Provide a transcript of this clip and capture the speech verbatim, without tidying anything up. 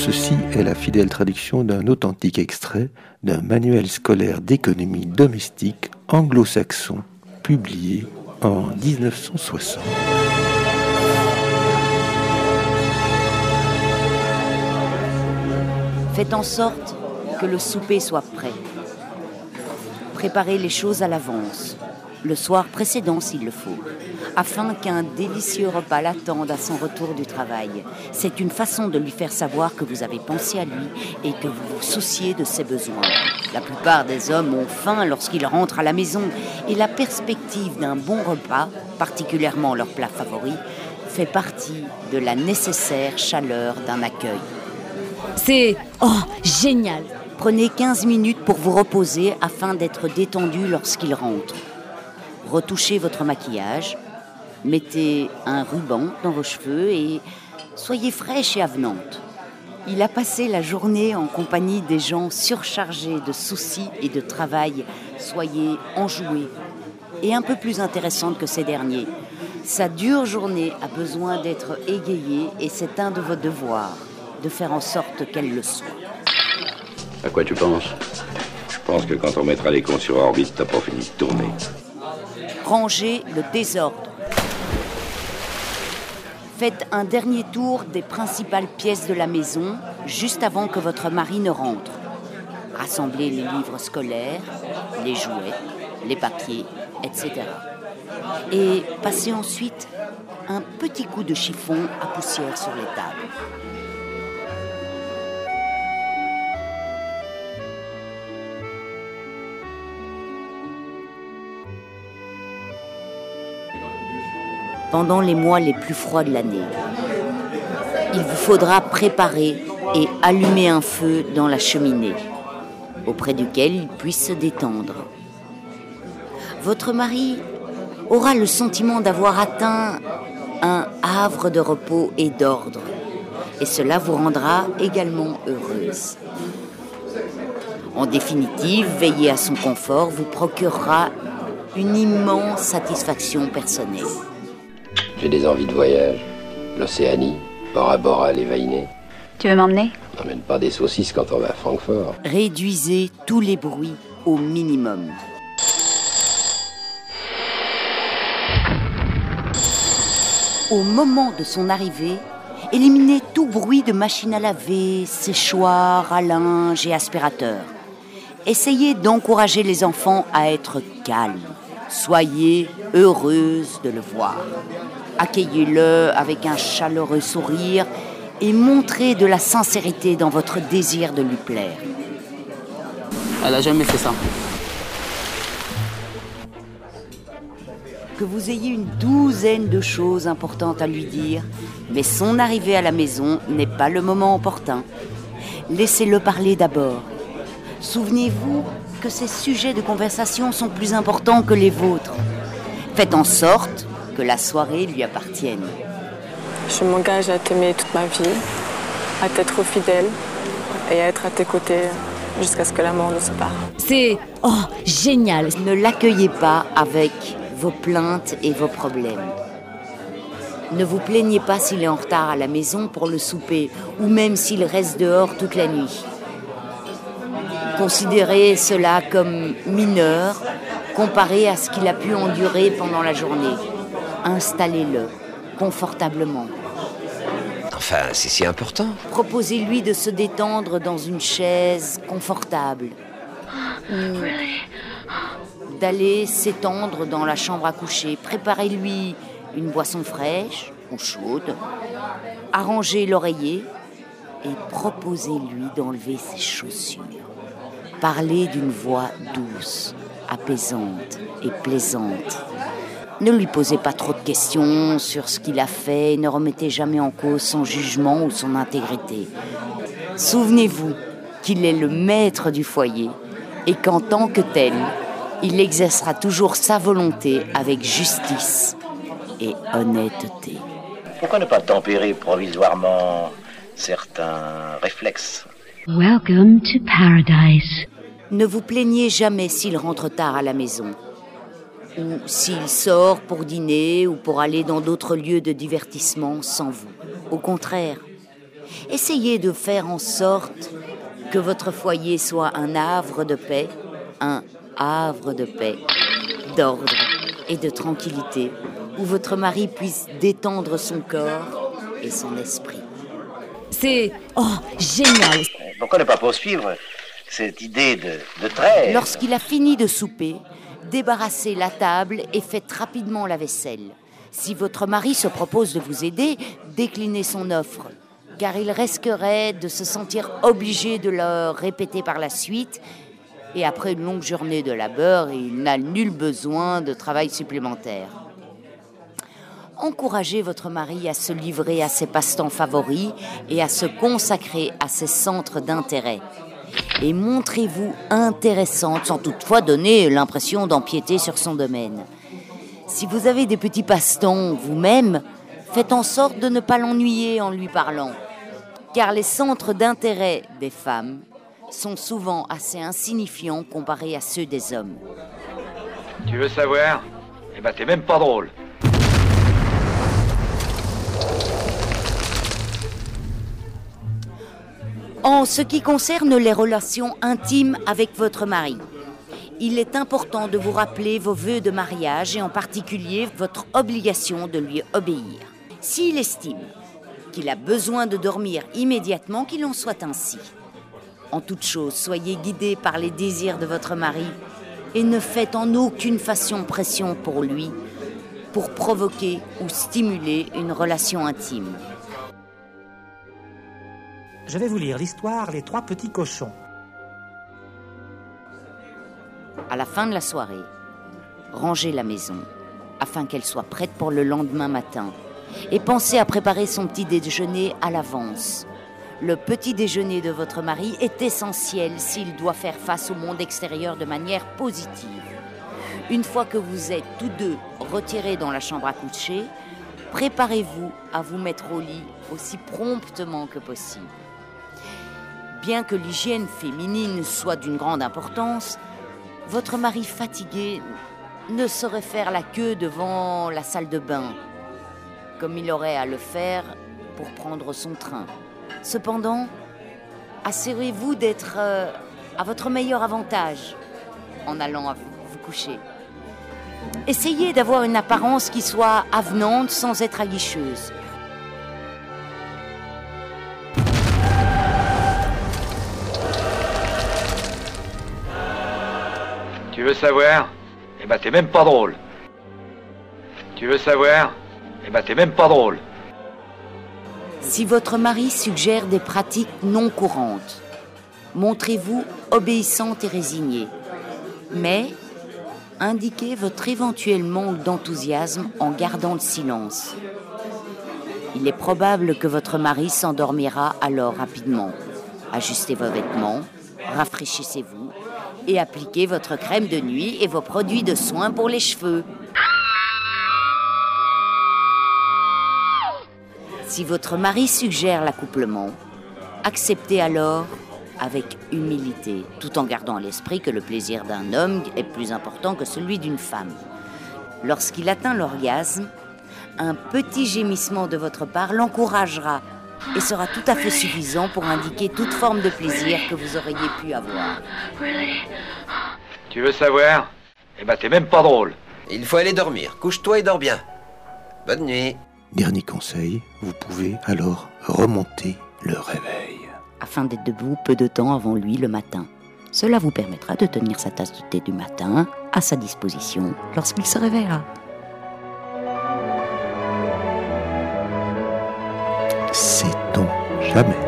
Ceci est la fidèle traduction d'un authentique extrait d'un manuel scolaire d'économie domestique anglo-saxon publié en dix-neuf cent soixante. Faites en sorte que le souper soit prêt. Préparez les choses à l'avance, le soir précédent s'il le faut, afin qu'un délicieux repas l'attende à son retour du travail. C'est une façon de lui faire savoir que vous avez pensé à lui et que vous vous souciez de ses besoins. La plupart des hommes ont faim lorsqu'ils rentrent à la maison et la perspective d'un bon repas, particulièrement leur plat favori, fait partie de la nécessaire chaleur d'un accueil. C'est... oh, génial! Prenez quinze minutes pour vous reposer afin d'être détendu lorsqu'il rentre. Retouchez votre maquillage, mettez un ruban dans vos cheveux et soyez fraîche et avenante. Il a passé la journée en compagnie des gens surchargés de soucis et de travail. Soyez enjouée et un peu plus intéressante que ces derniers. Sa dure journée a besoin d'être égayée et c'est un de vos devoirs de faire en sorte qu'elle le soit. À quoi tu penses? Je pense que quand on mettra les cons sur orbite, t'as pas fini de tourner. Rangez le désordre. Faites un dernier tour des principales pièces de la maison juste avant que votre mari ne rentre. Rassemblez les livres scolaires, les jouets, les papiers, et cetera. Et passez ensuite un petit coup de chiffon à poussière sur les tables. Pendant les mois les plus froids de l'année, il vous faudra préparer et allumer un feu dans la cheminée, auprès duquel il puisse se détendre. Votre mari aura le sentiment d'avoir atteint un havre de repos et d'ordre, et cela vous rendra également heureuse. En définitive, veiller à son confort vous procurera une immense satisfaction personnelle. J'ai des envies de voyage. L'Océanie, Bora Bora, les Vainés. Tu veux m'emmener? N'emmène pas des saucisses quand on va à Francfort. Réduisez tous les bruits au minimum. Au moment de son arrivée, éliminez tout bruit de machine à laver, séchoir, à linge et aspirateur. Essayez d'encourager les enfants à être calmes. Soyez heureuse de le voir. Accueillez-le avec un chaleureux sourire et montrez de la sincérité dans votre désir de lui plaire. Elle n'a jamais fait ça. Que vous ayez une douzaine de choses importantes à lui dire, mais son arrivée à la maison n'est pas le moment opportun. Laissez-le parler d'abord. Souvenez-vous que ces sujets de conversation sont plus importants que les vôtres. Faites en sorte que la soirée lui appartienne. Je m'engage à t'aimer toute ma vie, à t'être fidèle et à être à tes côtés jusqu'à ce que la mort nous sépare. C'est... oh, génial! Ne l'accueillez pas avec vos plaintes et vos problèmes. Ne vous plaignez pas s'il est en retard à la maison pour le souper ou même s'il reste dehors toute la nuit. Considérez cela comme mineur comparé à ce qu'il a pu endurer pendant la journée. Installez-le confortablement. Enfin, c'est si important. Proposez-lui de se détendre dans une chaise confortable. Ou d'aller s'étendre dans la chambre à coucher. Préparez-lui une boisson fraîche ou chaude. Arrangez l'oreiller et proposez-lui d'enlever ses chaussures. Parlez d'une voix douce, apaisante et plaisante. Ne lui posez pas trop de questions sur ce qu'il a fait et ne remettez jamais en cause son jugement ou son intégrité. Souvenez-vous qu'il est le maître du foyer et qu'en tant que tel, il exercera toujours sa volonté avec justice et honnêteté. Pourquoi ne pas tempérer provisoirement certains réflexes? Welcome to paradise. Ne vous plaignez jamais s'il rentre tard à la maison, ou s'il sort pour dîner ou pour aller dans d'autres lieux de divertissement sans vous. Au contraire, Essayez de faire en sorte que votre foyer soit un havre de paix, un havre de paix, d'ordre et de tranquillité, où votre mari puisse détendre son corps et son esprit. C'est... Oh, génial! Pourquoi ne pas poursuivre cette idée de, de trait? Lorsqu'il a fini de souper, débarrassez la table et faites rapidement la vaisselle. Si votre mari se propose de vous aider, déclinez son offre, car il risquerait de se sentir obligé de le répéter par la suite. Et après une longue journée de labeur, il n'a nul besoin de travail supplémentaire. Encouragez votre mari à se livrer à ses passe-temps favoris et à se consacrer à ses centres d'intérêt. Et montrez-vous intéressante sans toutefois donner l'impression d'empiéter sur son domaine. Si vous avez des petits passe-temps vous-même, faites en sorte de ne pas l'ennuyer en lui parlant. Car les centres d'intérêt des femmes sont souvent assez insignifiants comparés à ceux des hommes. Tu veux savoir? Eh ben t'es même pas drôle. En ce qui concerne les relations intimes avec votre mari, il est important de vous rappeler vos vœux de mariage et en particulier votre obligation de lui obéir. S'il estime qu'il a besoin de dormir immédiatement, qu'il en soit ainsi. En toute chose, soyez guidés par les désirs de votre mari et ne faites en aucune façon pression pour lui pour provoquer ou stimuler une relation intime. Je vais vous lire l'histoire Les Trois Petits Cochons. À la fin de la soirée, rangez la maison afin qu'elle soit prête pour le lendemain matin et pensez à préparer son petit déjeuner à l'avance. Le petit déjeuner de votre mari est essentiel s'il doit faire face au monde extérieur de manière positive. Une fois que vous êtes tous deux retirés dans la chambre à coucher, préparez-vous à vous mettre au lit aussi promptement que possible. Bien que l'hygiène féminine soit d'une grande importance, votre mari fatigué ne saurait faire la queue devant la salle de bain, comme il aurait à le faire pour prendre son train. Cependant, assurez-vous d'être euh, à votre meilleur avantage en allant à vous, vous coucher. Essayez d'avoir une apparence qui soit avenante sans être aguicheuse. Tu veux savoir? Eh ben t'es même pas drôle. Tu veux savoir? Eh ben t'es même pas drôle. Si votre mari suggère des pratiques non courantes, montrez-vous obéissante et résignée. Mais indiquez votre éventuel manque d'enthousiasme en gardant le silence. Il est probable que votre mari s'endormira alors rapidement. Ajustez vos vêtements, rafraîchissez-vous et appliquez votre crème de nuit et vos produits de soin pour les cheveux. Si votre mari suggère l'accouplement, acceptez alors avec humilité, tout en gardant à l'esprit que le plaisir d'un homme est plus important que celui d'une femme. Lorsqu'il atteint l'orgasme, un petit gémissement de votre part l'encouragera et sera tout à fait suffisant pour indiquer toute forme de plaisir que vous auriez pu avoir. Tu veux savoir? Eh ben t'es même pas drôle. Il faut aller dormir. Couche-toi et dors bien. Bonne nuit. Dernier conseil, vous pouvez alors remonter le réveil. Afin d'être debout peu de temps avant lui le matin. Cela vous permettra de tenir sa tasse de thé du matin à sa disposition lorsqu'il se réveillera. Sait-on jamais?